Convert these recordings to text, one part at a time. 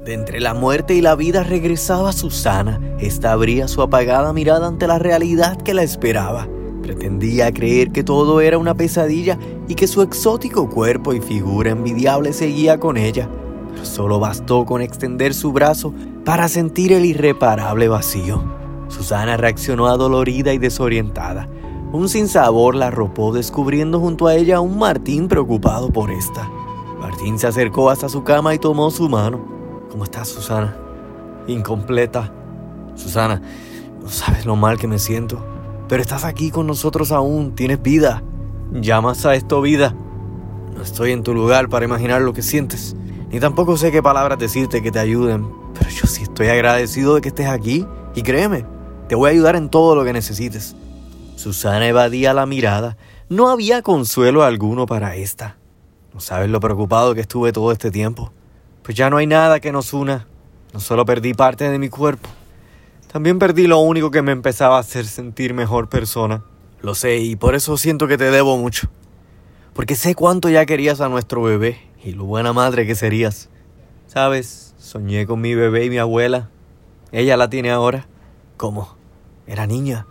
De entre la muerte y la vida regresaba Susana. Esta abría su apagada mirada ante la realidad que la esperaba. Pretendía creer que todo era una pesadilla y que su exótico cuerpo y figura envidiable seguía con ella. Pero solo bastó con extender su brazo para sentir el irreparable vacío. Susana reaccionó adolorida y desorientada. Un sinsabor la arropó, descubriendo junto a ella a un Martín preocupado por esta. Martín se acercó hasta su cama y tomó su mano. ¿Cómo estás, Susana? Incompleta. Susana, no sabes lo mal que me siento. Pero estás aquí con nosotros aún, tienes vida. ¿Llamas a esto vida? No estoy en tu lugar para imaginar lo que sientes. Ni tampoco sé qué palabras decirte que te ayuden. Pero yo sí estoy agradecido de que estés aquí. Y créeme, te voy a ayudar en todo lo que necesites. Susana evadía la mirada. No había consuelo alguno para esta. No sabes lo preocupado que estuve todo este tiempo. Pues ya no hay nada que nos una. No solo perdí parte de mi cuerpo, también perdí lo único que me empezaba a hacer sentir mejor persona. Lo sé y por eso siento que te debo mucho. Porque sé cuánto ya querías a nuestro bebé y lo buena madre que serías. ¿Sabes? Soñé con mi bebé y mi abuela. Ella la tiene ahora. ¿Cómo? ¿Era niña?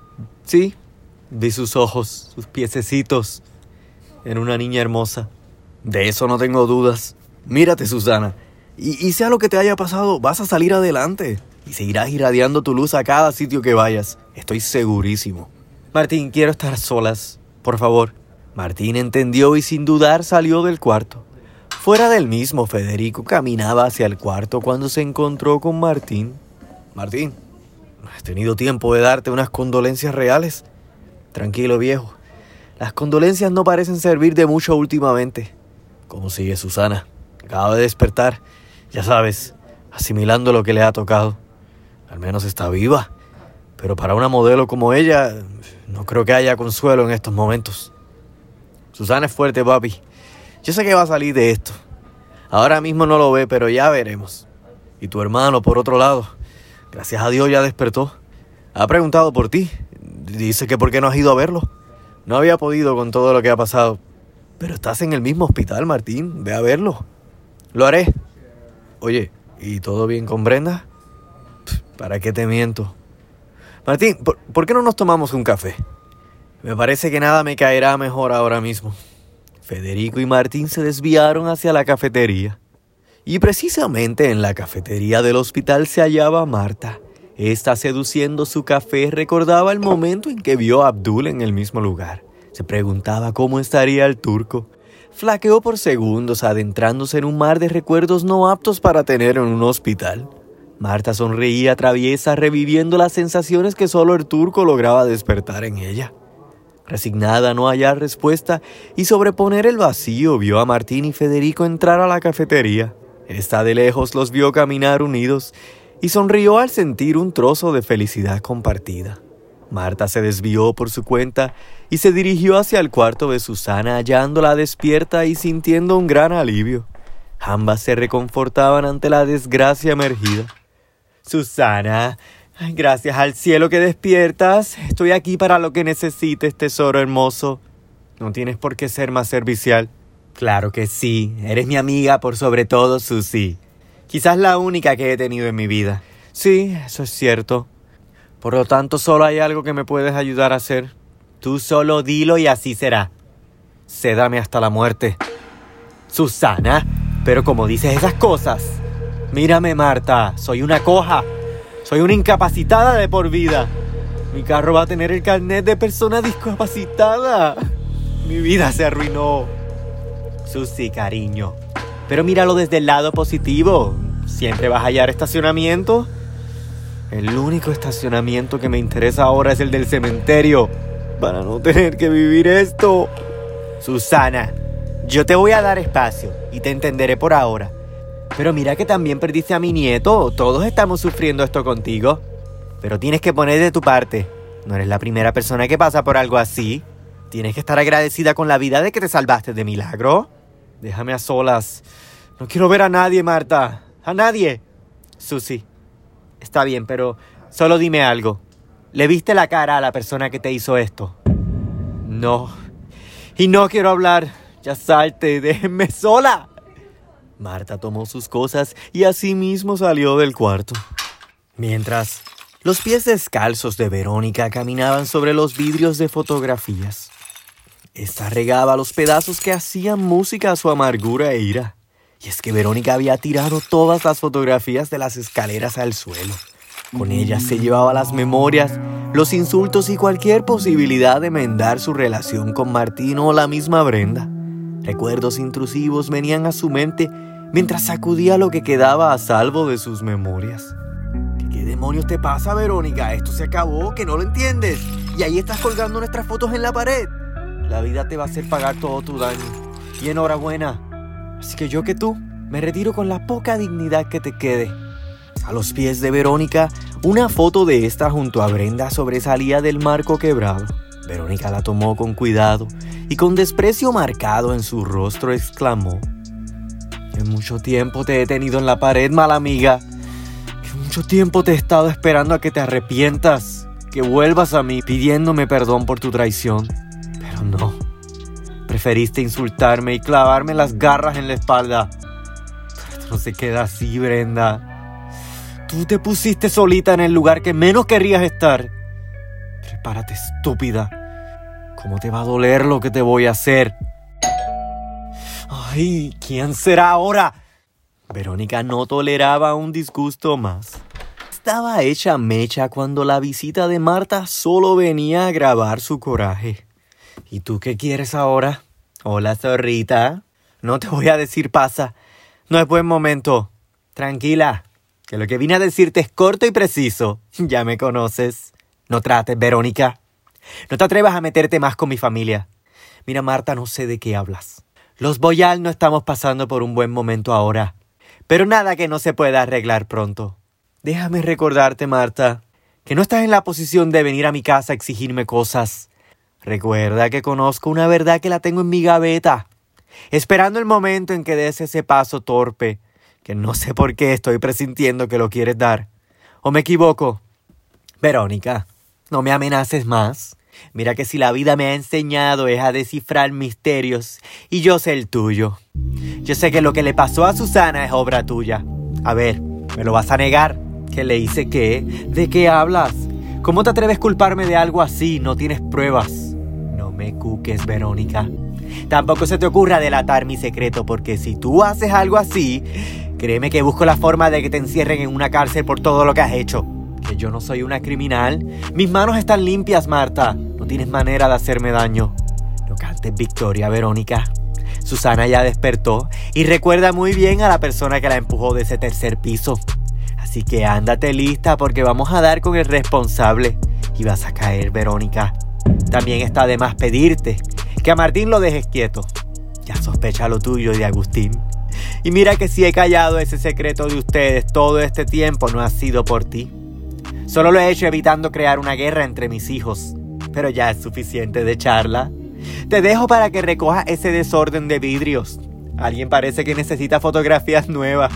Sí, vi sus ojos, sus piececitos. Era una niña hermosa. De eso no tengo dudas. Mírate, Susana, y sea lo que te haya pasado, vas a salir adelante y seguirás irradiando tu luz a cada sitio que vayas. Estoy segurísimo. Martín, quiero estar solas, por favor. Martín entendió y sin dudar salió del cuarto. Fuera del mismo, Federico caminaba hacia el cuarto cuando se encontró con Martín. Martín, no he tenido tiempo de darte unas condolencias reales. Tranquilo, viejo. Las condolencias no parecen servir de mucho últimamente. ¿Cómo sigue Susana? Acaba de despertar, ya sabes, asimilando lo que le ha tocado. Al menos está viva. Pero para una modelo como ella, no creo que haya consuelo en estos momentos. Susana es fuerte, papi. Yo sé que va a salir de esto. Ahora mismo no lo ve, pero ya veremos. Y tu hermano, por otro lado, gracias a Dios ya despertó. Ha preguntado por ti. Dice que por qué no has ido a verlo. No había podido con todo lo que ha pasado. Pero estás en el mismo hospital, Martín. Ve a verlo. Lo haré. Oye, ¿y todo bien con Brenda? ¿Para qué te miento? Martín, ¿por qué no nos tomamos un café? Me parece que nada me caerá mejor ahora mismo. Federico y Martín se desviaron hacia la cafetería. Y precisamente en la cafetería del hospital se hallaba Marta. Esta, seduciendo su café, recordaba el momento en que vio a Abdul en el mismo lugar. Se preguntaba cómo estaría el turco. Flaqueó por segundos, adentrándose en un mar de recuerdos no aptos para tener en un hospital. Marta sonreía traviesa, reviviendo las sensaciones que solo el turco lograba despertar en ella. Resignada a no hallar respuesta y sobreponer el vacío, vio a Martín y Federico entrar a la cafetería. Esta de lejos los vio caminar unidos y sonrió al sentir un trozo de felicidad compartida. Marta se desvió por su cuenta y se dirigió hacia el cuarto de Susana, hallándola despierta y sintiendo un gran alivio. Ambas se reconfortaban ante la desgracia emergida. Susana, gracias al cielo que despiertas. Estoy aquí para lo que necesites, tesoro hermoso. No tienes por qué ser más servicial. Claro que sí, eres mi amiga por sobre todo, Susi. Quizás la única que he tenido en mi vida. Sí, eso es cierto. Por lo tanto, solo hay algo que me puedes ayudar a hacer. Tú solo dilo y así será. Sédame hasta la muerte. Susana, pero ¿cómo dices esas cosas? Mírame, Marta, soy una coja. Soy una incapacitada de por vida. Mi carro va a tener el carnet de persona discapacitada. Mi vida se arruinó. Susi, cariño. Pero míralo desde el lado positivo. Siempre vas a hallar estacionamiento. El único estacionamiento que me interesa ahora es el del cementerio, para no tener que vivir esto. Susana, yo te voy a dar espacio y te entenderé por ahora. Pero mira que también perdiste a mi nieto. Todos estamos sufriendo esto contigo. Pero tienes que poner de tu parte. No eres la primera persona que pasa por algo así. Tienes que estar agradecida con la vida de que te salvaste de milagro. Déjame a solas. No quiero ver a nadie, Marta. A nadie. Susi, está bien, pero solo dime algo. ¿Le viste la cara a la persona que te hizo esto? No. Y no quiero hablar. Ya salte, déjenme sola. Marta tomó sus cosas y asimismo salió del cuarto. Mientras, los pies descalzos de Verónica caminaban sobre los vidrios de fotografías. Esta regaba los pedazos que hacían música a su amargura e ira. Y es que Verónica había tirado todas las fotografías de las escaleras al suelo. Con ellas se llevaba las memorias, los insultos y cualquier posibilidad de enmendar su relación con Martín o la misma Brenda. Recuerdos intrusivos venían a su mente mientras sacudía lo que quedaba a salvo de sus memorias. ¿Qué demonios te pasa, Verónica? Esto se acabó, que no lo entiendes. Y ahí estás colgando nuestras fotos en la pared. La vida te va a hacer pagar todo tu daño. Y enhorabuena. Así que yo que tú, me retiro con la poca dignidad que te quede. A los pies de Verónica, una foto de esta junto a Brenda sobresalía del marco quebrado. Verónica la tomó con cuidado y con desprecio marcado en su rostro exclamó: "Que mucho tiempo te he tenido en la pared, mala amiga. Que mucho tiempo te he estado esperando a que te arrepientas, que vuelvas a mí pidiéndome perdón por tu traición. Pero no, preferiste insultarme y clavarme las garras en la espalda. Pero esto no se queda así, Brenda. Tú te pusiste solita en el lugar que menos querrías estar. Prepárate, estúpida. ¿Cómo te va a doler lo que te voy a hacer? Ay, ¿quién será ahora?" Verónica no toleraba un disgusto más. Estaba hecha mecha cuando la visita de Marta solo venía a agravar su coraje. ¿Y tú qué quieres ahora? Hola, zorrita. No te voy a decir pasa. No es buen momento. Tranquila, que lo que vine a decirte es corto y preciso. Ya me conoces. No trates, Verónica. No te atrevas a meterte más con mi familia. Mira, Marta, no sé de qué hablas. Los Boyal no estamos pasando por un buen momento ahora. Pero nada que no se pueda arreglar pronto. Déjame recordarte, Marta, que no estás en la posición de venir a mi casa a exigirme cosas. Recuerda que conozco una verdad que la tengo en mi gaveta, esperando el momento en que des ese paso torpe, que no sé por qué estoy presintiendo que lo quieres dar. ¿O me equivoco? Verónica, no me amenaces más. Mira que si la vida me ha enseñado es a descifrar misterios, y yo sé el tuyo. Yo sé que lo que le pasó a Susana es obra tuya. A ver, ¿me lo vas a negar? ¿Que le hice qué? ¿De qué hablas? ¿Cómo te atreves a culparme de algo así? No tienes pruebas. No me cuques, Verónica. Tampoco se te ocurra delatar mi secreto, porque si tú haces algo así, créeme que busco la forma de que te encierren en una cárcel por todo lo que has hecho. Que yo no soy una criminal. Mis manos están limpias, Marta. No tienes manera de hacerme daño. No cantes victoria, Verónica. Susana ya despertó y recuerda muy bien a la persona que la empujó de ese tercer piso. Así que ándate lista porque vamos a dar con el responsable y vas a caer, Verónica. También está de más pedirte que a Martín lo dejes quieto. Ya sospecha lo tuyo y de Agustín. Y mira que si he callado ese secreto de ustedes todo este tiempo no ha sido por ti. Solo lo he hecho evitando crear una guerra entre mis hijos. Pero ya es suficiente de charla. Te dejo para que recojas ese desorden de vidrios. Alguien parece que necesita fotografías nuevas.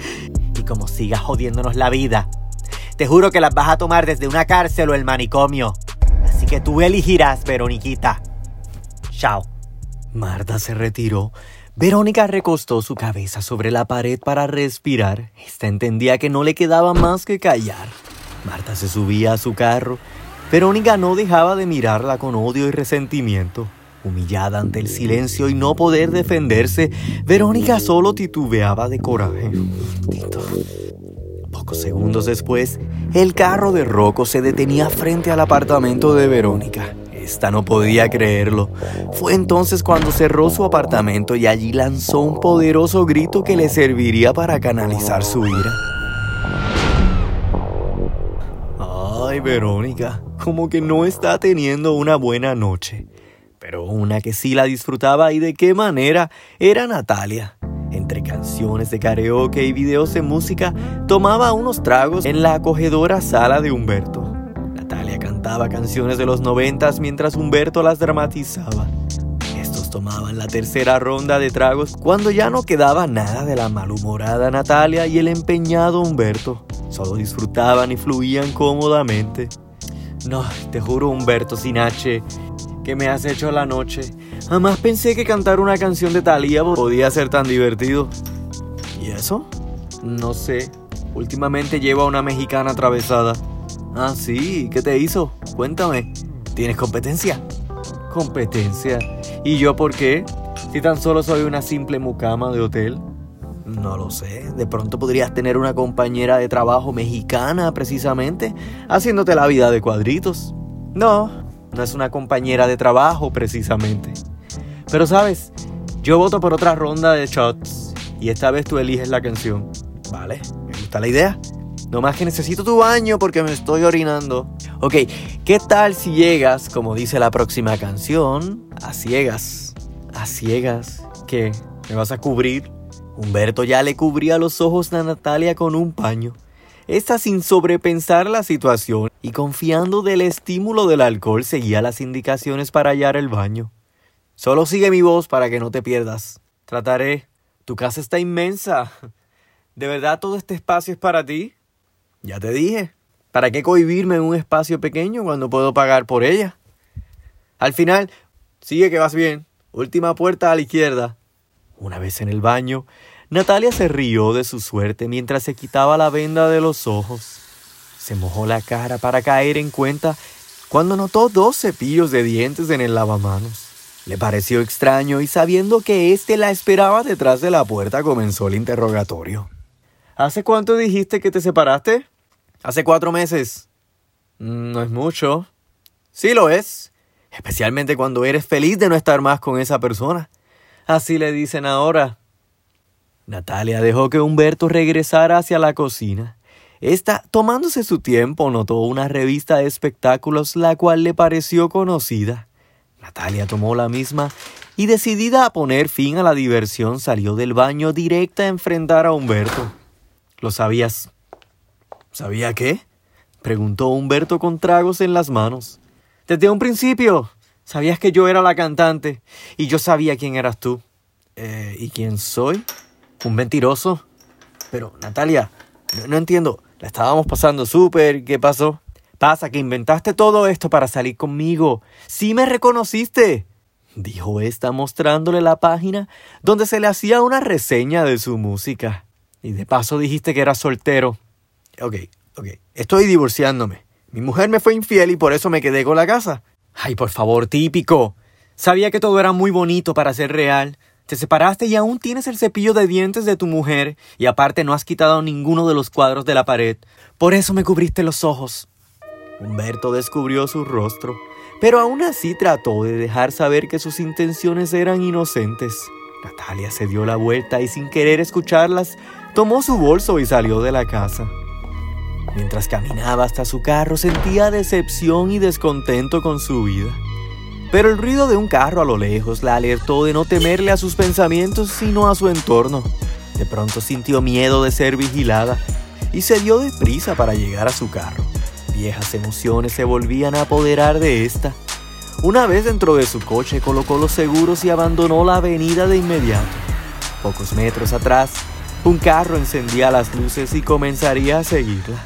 Y como sigas jodiéndonos la vida, te juro que las vas a tomar desde una cárcel o el manicomio. Así que tú elegirás, Veroniquita. Chao. Marta se retiró. Verónica recostó su cabeza sobre la pared para respirar. Esta entendía que no le quedaba más que callar. Marta se subía a su carro. Verónica no dejaba de mirarla con odio y resentimiento. Humillada ante el silencio y no poder defenderse, Verónica solo titubeaba de coraje. Pocos segundos después, el carro de Rocco se detenía frente al apartamento de Verónica. Esta no podía creerlo. Fue entonces cuando cerró su apartamento y allí lanzó un poderoso grito que le serviría para canalizar su ira. Ay, Verónica, como que no está teniendo una buena noche. Pero una que sí la disfrutaba y de qué manera era Natalia. Entre canciones de karaoke y videos de música, tomaba unos tragos en la acogedora sala de Humberto. Natalia cantaba canciones de los 90 mientras Humberto las dramatizaba. Estos tomaban la tercera ronda de tragos cuando ya no quedaba nada de la malhumorada Natalia y el empeñado Humberto. Solo disfrutaban y fluían cómodamente. No, te juro, Humberto Sinache, que me has hecho la noche. Jamás pensé que cantar una canción de Thalía podía ser tan divertido. eso? No sé. Últimamente llevo a una mexicana atravesada. Ah, sí. ¿Qué te hizo? Cuéntame. ¿Tienes competencia? ¿Competencia? ¿Y yo por qué? Si tan solo soy una simple mucama de hotel. No lo sé. De pronto podrías tener una compañera de trabajo mexicana, precisamente, haciéndote la vida de cuadritos. No es una compañera de trabajo, precisamente. Pero, ¿sabes? Yo voto por otra ronda de shots. Y esta vez tú eliges la canción. Vale, me gusta la idea. No más que necesito tu baño porque me estoy orinando. Ok, ¿qué tal si llegas, como dice la próxima canción, a ciegas? ¿A ciegas? ¿Qué? ¿Me vas a cubrir? Humberto ya le cubría los ojos a Natalia con un paño. Esta, sin sobrepensar la situación y confiando del estímulo del alcohol, seguía las indicaciones para hallar el baño. Solo sigue mi voz para que no te pierdas. Trataré. Tu casa está inmensa. ¿De verdad todo este espacio es para ti? Ya te dije. ¿Para qué cohibirme en un espacio pequeño cuando puedo pagar por ella? Al final, sigue que vas bien. Última puerta a la izquierda. Una vez en el baño, Natalia se rió de su suerte mientras se quitaba la venda de los ojos. Se mojó la cara para caer en cuenta cuando notó 2 cepillos de dientes en el lavamanos. Le pareció extraño y sabiendo que éste la esperaba detrás de la puerta comenzó el interrogatorio. ¿Hace cuánto dijiste que te separaste? Hace 4 meses. No es mucho. Sí lo es. Especialmente cuando eres feliz de no estar más con esa persona. Así le dicen ahora. Natalia dejó que Humberto regresara hacia la cocina. Esta, tomándose su tiempo, notó una revista de espectáculos la cual le pareció conocida. Natalia tomó la misma y, decidida a poner fin a la diversión, salió del baño directa a enfrentar a Humberto. ¿Lo sabías? ¿Sabía qué? Preguntó Humberto con tragos en las manos. Desde un principio. Sabías que yo era la cantante y yo sabía quién eras tú. ¿Y quién soy? ¿Un mentiroso? Pero, Natalia, no entiendo. La estábamos pasando súper. ¿Qué pasó? Pasa que inventaste todo esto para salir conmigo. ¡Sí me reconociste!, dijo esta mostrándole la página donde se le hacía una reseña de su música. Y de paso dijiste que eras soltero. Ok. Estoy divorciándome. Mi mujer me fue infiel y por eso me quedé con la casa. Ay, por favor, típico. Sabía que todo era muy bonito para ser real. Te separaste y aún tienes el cepillo de dientes de tu mujer. Y aparte no has quitado ninguno de los cuadros de la pared. Por eso me cubriste los ojos. Humberto descubrió su rostro, pero aún así trató de dejar saber que sus intenciones eran inocentes. Natalia se dio la vuelta y, sin querer escucharlas, tomó su bolso y salió de la casa. Mientras caminaba hasta su carro, sentía decepción y descontento con su vida. Pero el ruido de un carro a lo lejos la alertó de no temerle a sus pensamientos, sino a su entorno. De pronto sintió miedo de ser vigilada y se dio deprisa para llegar a su carro. Viejas emociones se volvían a apoderar de esta. Una vez dentro de su coche, colocó los seguros y abandonó la avenida de inmediato. Pocos metros atrás, un carro encendía las luces y comenzaría a seguirla.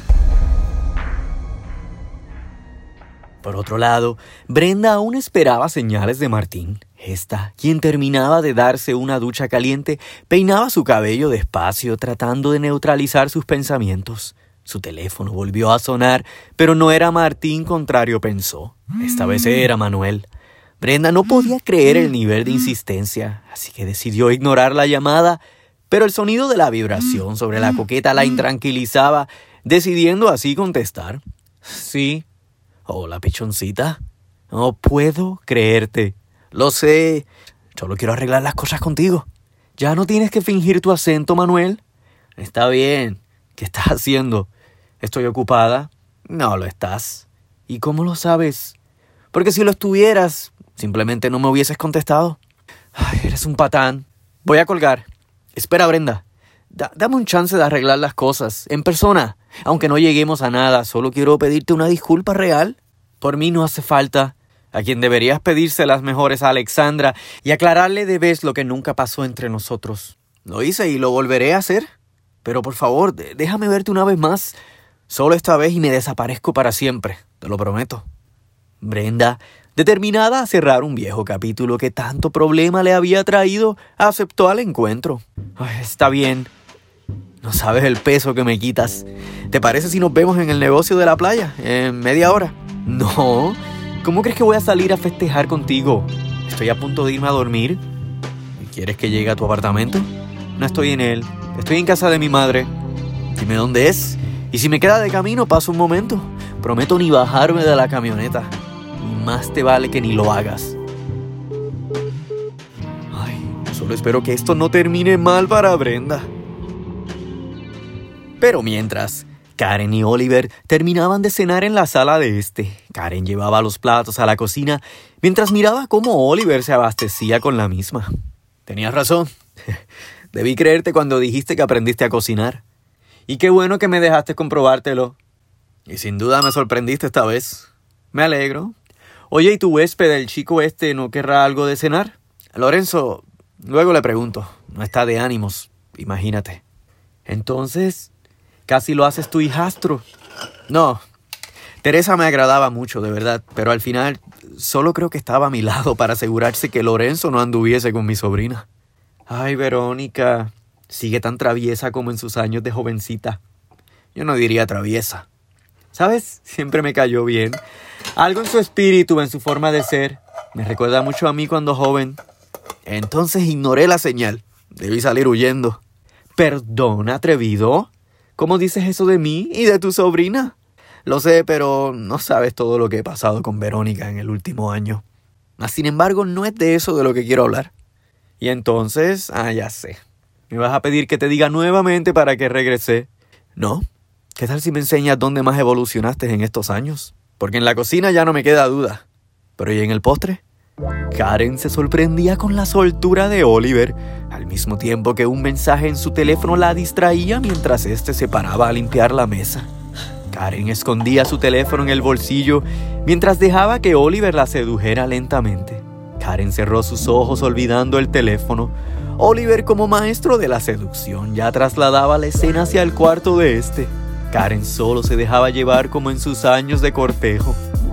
Por otro lado, Brenda aún esperaba señales de Martín. Esta, quien terminaba de darse una ducha caliente, peinaba su cabello despacio, tratando de neutralizar sus pensamientos. Su teléfono volvió a sonar, pero no era Martín, contrario pensó. Esta vez era Manuel. Brenda no podía creer el nivel de insistencia, así que decidió ignorar la llamada, pero el sonido de la vibración sobre la coqueta la intranquilizaba, decidiendo así contestar. Sí. Hola, pichoncita. No puedo creerte. Lo sé. Solo quiero arreglar las cosas contigo. Ya no tienes que fingir tu acento, Manuel. Está bien. ¿Qué estás haciendo? ¿Estoy ocupada? No lo estás. ¿Y cómo lo sabes? Porque si lo estuvieras, simplemente no me hubieses contestado. Ay, eres un patán. Voy a colgar. Espera, Brenda. Dame un chance de arreglar las cosas, en persona. Aunque no lleguemos a nada, solo quiero pedirte una disculpa real. Por mí no hace falta. A quien deberías pedírselas mejores a Alexandra y aclararle de vez lo que nunca pasó entre nosotros. Lo hice y lo volveré a hacer. Pero por favor, déjame verte una vez más. Solo esta vez y me desaparezco para siempre. Te lo prometo. Brenda, determinada a cerrar un viejo capítulo que tanto problema le había traído, aceptó al encuentro. Ay, está bien. No sabes el peso que me quitas. ¿Te parece si nos vemos en el negocio de la playa en media hora? No. ¿Cómo crees que voy a salir a festejar contigo? Estoy a punto de irme a dormir. ¿Quieres que llegue a tu apartamento? No estoy en él. Estoy en casa de mi madre. Dime dónde es. Y si me queda de camino, paso un momento. Prometo ni bajarme de la camioneta. Y más te vale que ni lo hagas. Ay, solo espero que esto no termine mal para Brenda. Pero mientras, Karen y Oliver terminaban de cenar en la sala de Karen llevaba los platos a la cocina mientras miraba cómo Oliver se abastecía con la misma. Tenías razón. Debí creerte cuando dijiste que aprendiste a cocinar. Y qué bueno que me dejaste comprobártelo. Y sin duda me sorprendiste esta vez. Me alegro. Oye, ¿y tu huésped, el chico no querrá algo de cenar? Lorenzo, luego le pregunto. No está de ánimos, imagínate. Entonces, casi lo haces tu hijastro. No, Teresa me agradaba mucho, de verdad, pero al final solo creo que estaba a mi lado para asegurarse que Lorenzo no anduviese con mi sobrina. Ay, Verónica, sigue tan traviesa como en sus años de jovencita. Yo no diría traviesa. ¿Sabes? Siempre me cayó bien. Algo en su espíritu, en su forma de ser. Me recuerda mucho a mí cuando joven. Entonces ignoré la señal. Debí salir huyendo. Perdón, atrevido. ¿Cómo dices eso de mí y de tu sobrina? Lo sé, pero no sabes todo lo que he pasado con Verónica en el último año. Sin embargo, no es de eso de lo que quiero hablar. Y entonces, ya sé. ¿Me vas a pedir que te diga nuevamente para que regrese? No. ¿Qué tal si me enseñas dónde más evolucionaste en estos años? Porque en la cocina ya no me queda duda. ¿Pero y en el postre? Karen se sorprendía con la soltura de Oliver, al mismo tiempo que un mensaje en su teléfono la distraía mientras se paraba a limpiar la mesa. Karen escondía su teléfono en el bolsillo mientras dejaba que Oliver la sedujera lentamente. Karen cerró sus ojos olvidando el teléfono. Oliver, como maestro de la seducción, ya trasladaba la escena hacia el cuarto de Karen solo se dejaba llevar como en sus años de cortejo.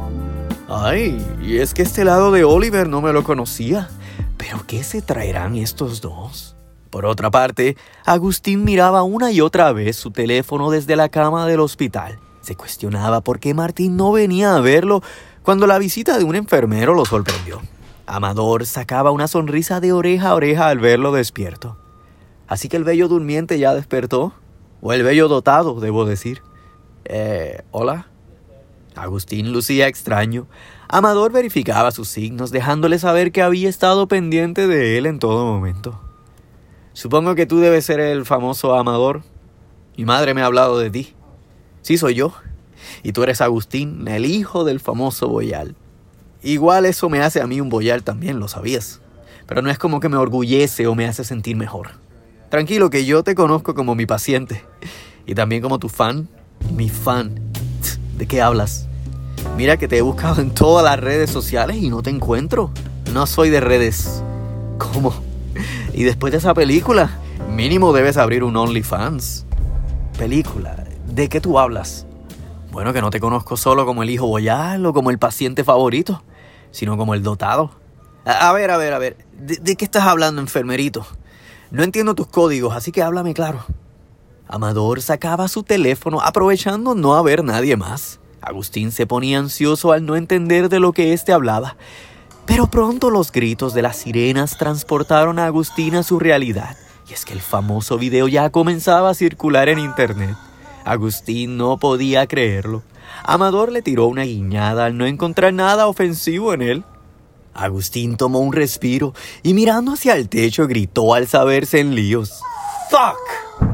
Ay, y es que este lado de Oliver no me lo conocía. ¿Pero qué se traerán estos dos? Por otra parte, Agustín miraba una y otra vez su teléfono desde la cama del hospital. Se cuestionaba por qué Martín no venía a verlo cuando la visita de un enfermero lo sorprendió. Amador sacaba una sonrisa de oreja a oreja al verlo despierto. Así que el bello durmiente ya despertó. O el bello dotado, debo decir. ¿Hola? Agustín lucía extraño. Amador verificaba sus signos, dejándole saber que había estado pendiente de él en todo momento. Supongo que tú debes ser el famoso Amador. Mi madre me ha hablado de ti. Sí, soy yo. Y tú eres Agustín, el hijo del famoso Boyal. Igual eso me hace a mí un Boyal también, lo sabías. Pero no es como que me orgullece o me hace sentir mejor. Tranquilo, que yo te conozco como mi paciente. Y también como tu fan. Mi fan. ¿De qué hablas? Mira que te he buscado en todas las redes sociales y no te encuentro. No soy de redes. ¿Cómo? Y después de esa película, mínimo debes abrir un OnlyFans. ¿Película? ¿De qué tú hablas? Bueno, que no te conozco solo como el hijo Boyal o como el paciente favorito, sino como el dotado. A ver. ¿De qué estás hablando, enfermerito? No entiendo tus códigos, así que háblame claro. Amador sacaba su teléfono aprovechando no haber nadie más. Agustín se ponía ansioso al no entender de lo que hablaba. Pero pronto los gritos de las sirenas transportaron a Agustín a su realidad. Y es que el famoso video ya comenzaba a circular en internet. Agustín no podía creerlo. Amador le tiró una guiñada al no encontrar nada ofensivo en él. Agustín tomó un respiro y mirando hacia el techo gritó al saberse en líos. ¡Fuck!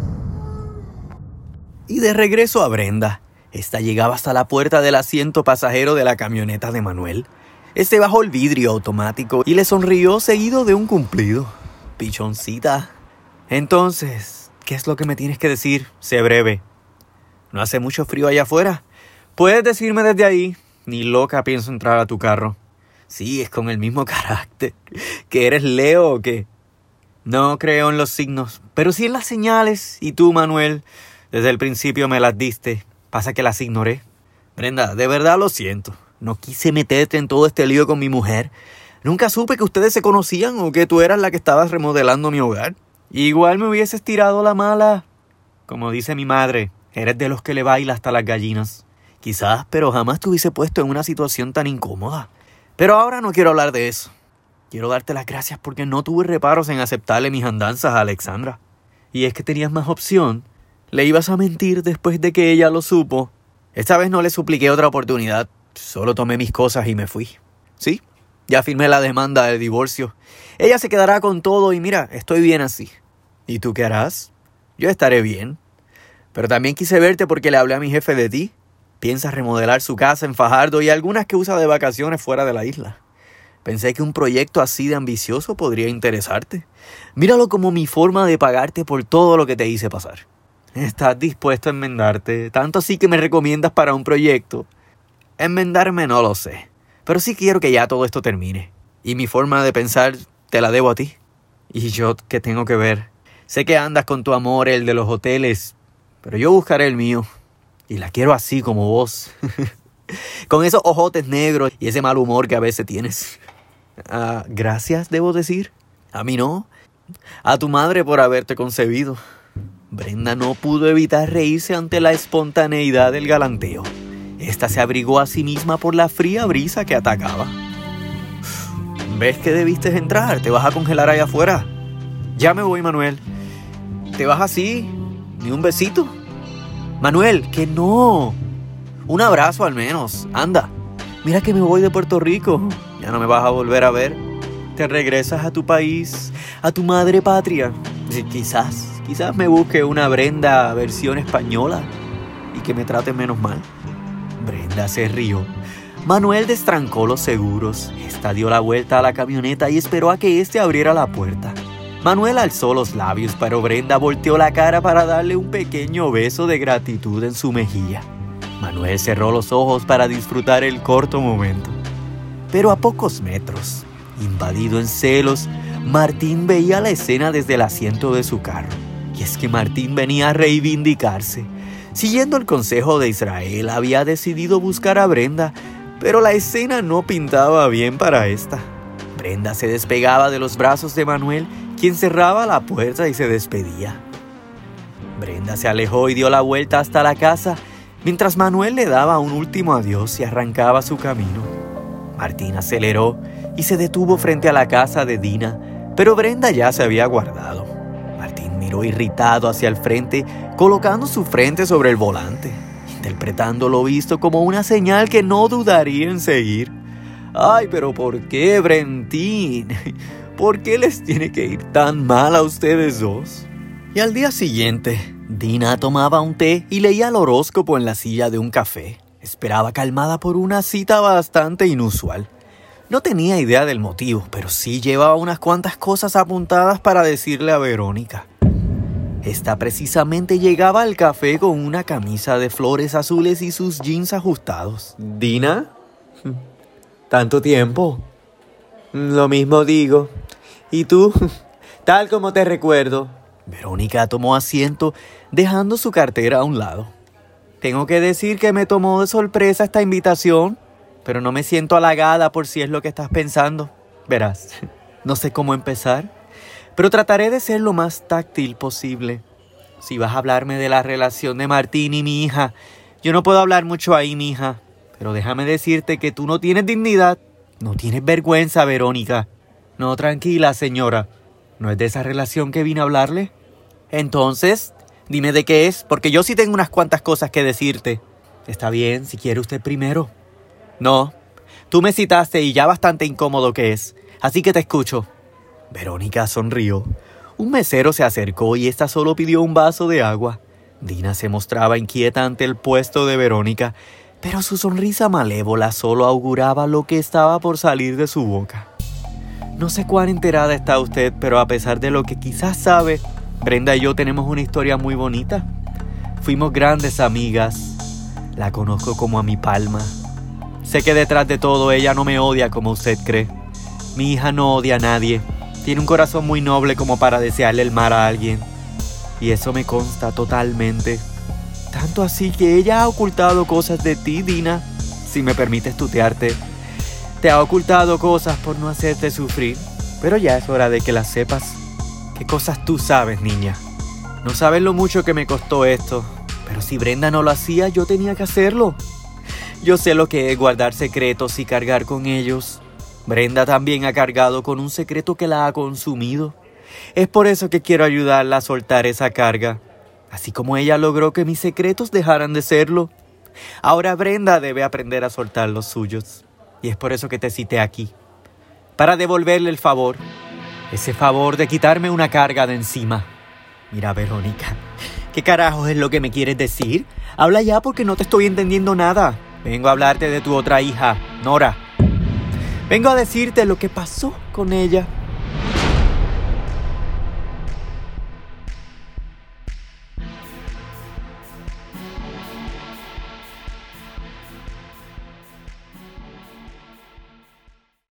Y de regreso a Brenda. Esta llegaba hasta la puerta del asiento pasajero de la camioneta de Manuel. Bajó el vidrio automático y le sonrió seguido de un cumplido. Pichoncita. Entonces, ¿qué es lo que me tienes que decir? Sé breve. ¿No hace mucho frío allá afuera? Puedes decirme desde ahí. Ni loca pienso entrar a tu carro. Sí, es con el mismo carácter. ¿Que eres Leo o qué? No creo en los signos, pero sí en las señales. Y tú, Manuel, desde el principio me las diste. Pasa que las ignoré. Brenda, de verdad lo siento. No quise meterte en todo este lío con mi mujer. Nunca supe que ustedes se conocían o que tú eras la que estabas remodelando mi hogar. Igual me hubieses tirado la mala. Como dice mi madre, eres de los que le baila hasta las gallinas. Quizás, pero jamás te hubiese puesto en una situación tan incómoda. Pero ahora no quiero hablar de eso. Quiero darte las gracias porque no tuve reparos en aceptarle mis andanzas a Alexandra. Y es que tenías más opción. Le ibas a mentir después de que ella lo supo. Esta vez no le supliqué otra oportunidad. Solo tomé mis cosas y me fui. Sí, ya firmé la demanda de divorcio. Ella se quedará con todo y mira, estoy bien así. ¿Y tú qué harás? Yo estaré bien. Pero también quise verte porque le hablé a mi jefe de ti. Piensa remodelar su casa en Fajardo y algunas que usa de vacaciones fuera de la isla. Pensé que un proyecto así de ambicioso podría interesarte. Míralo como mi forma de pagarte por todo lo que te hice pasar. ¿Estás dispuesto a enmendarte? Tanto así que me recomiendas para un proyecto. Enmendarme no lo sé. Pero sí quiero que ya todo esto termine. Y mi forma de pensar te la debo a ti. ¿Y yo qué tengo que ver? Sé que andas con tu amor, el de los hoteles. Pero yo buscaré el mío. Y la quiero así como vos. Con esos ojotes negros y ese mal humor que a veces tienes. Gracias, debo decir. A mí no. A tu madre por haberte concebido. Brenda no pudo evitar reírse ante la espontaneidad del galanteo. Esta se abrigó a sí misma por la fría brisa que atacaba. ¿Ves que debiste entrar? ¿Te vas a congelar allá afuera? Ya me voy, Manuel. ¿Te vas así? ¿Ni un besito? Manuel, que no. Un abrazo al menos. Anda. Mira que me voy de Puerto Rico. Ya no me vas a volver a ver. Te regresas a tu país, a tu madre patria. Quizás me busque una Brenda versión española y que me trate menos mal. Brenda se rió. Manuel destrancó los seguros. Esta dio la vuelta a la camioneta y esperó a que éste abriera la puerta. Manuel alzó los labios, pero Brenda volteó la cara para darle un pequeño beso de gratitud en su mejilla. Manuel cerró los ojos para disfrutar el corto momento. Pero a pocos metros, invadido en celos, Martín veía la escena desde el asiento de su carro. Y es que Martín venía a reivindicarse. Siguiendo el consejo de Israel, había decidido buscar a Brenda, pero la escena no pintaba bien para esta. Brenda se despegaba de los brazos de Manuel, quien cerraba la puerta y se despedía. Brenda se alejó y dio la vuelta hasta la casa, mientras Manuel le daba un último adiós y arrancaba su camino. Martín aceleró y se detuvo frente a la casa de Dina, pero Brenda ya se había guardado. Martín miró irritado hacia el frente, colocando su frente sobre el volante, interpretando lo visto como una señal que no dudaría en seguir. ¡Ay, pero por qué, Brentín! ¿Por qué les tiene que ir tan mal a ustedes dos? Y al día siguiente, Dina tomaba un té y leía el horóscopo en la silla de un café. Esperaba calmada por una cita bastante inusual. No tenía idea del motivo, pero sí llevaba unas cuantas cosas apuntadas para decirle a Verónica. Esta precisamente llegaba al café con una camisa de flores azules y sus jeans ajustados. ¿Dina? ¿Tanto tiempo? Lo mismo digo. ¿Y tú? Tal como te recuerdo. Verónica tomó asiento, dejando su cartera a un lado. Tengo que decir que me tomó de sorpresa esta invitación, pero no me siento halagada por si es lo que estás pensando. Verás, no sé cómo empezar, pero trataré de ser lo más táctil posible. Si vas a hablarme de la relación de Martín y mi hija, yo no puedo hablar mucho ahí, mi hija. Pero déjame decirte que tú no tienes dignidad, no tienes vergüenza, Verónica. No, tranquila, señora. ¿No es de esa relación que vine a hablarle? Entonces, dime de qué es, porque yo sí tengo unas cuantas cosas que decirte. Está bien, si quiere usted primero. No, tú me citaste y ya bastante incómodo que es, así que te escucho. Verónica sonrió. Un mesero se acercó y esta solo pidió un vaso de agua. Dina se mostraba inquieta ante el puesto de Verónica, pero su sonrisa malévola solo auguraba lo que estaba por salir de su boca. No sé cuán enterada está usted, pero a pesar de lo que quizás sabe, Brenda y yo tenemos una historia muy bonita. Fuimos grandes amigas. La conozco como a mi palma. Sé que detrás de todo ella no me odia como usted cree. Mi hija no odia a nadie. Tiene un corazón muy noble como para desearle el mal a alguien. Y eso me consta totalmente. Tanto así que ella ha ocultado cosas de ti, Dina. Si me permites tutearte. Te ha ocultado cosas por no hacerte sufrir. Pero ya es hora de que las sepas. ¿Qué cosas tú sabes, niña? No sabes lo mucho que me costó esto, pero si Brenda no lo hacía, yo tenía que hacerlo. Yo sé lo que es guardar secretos y cargar con ellos. Brenda también ha cargado con un secreto que la ha consumido. Es por eso que quiero ayudarla a soltar esa carga, así como ella logró que mis secretos dejaran de serlo. Ahora Brenda debe aprender a soltar los suyos, y es por eso que te cité aquí, para devolverle el favor, ese favor de quitarme una carga de encima. Mira, Verónica, ¿qué carajos es lo que me quieres decir? Habla ya porque no te estoy entendiendo nada. Vengo a hablarte de tu otra hija, Nora. Vengo a decirte lo que pasó con ella.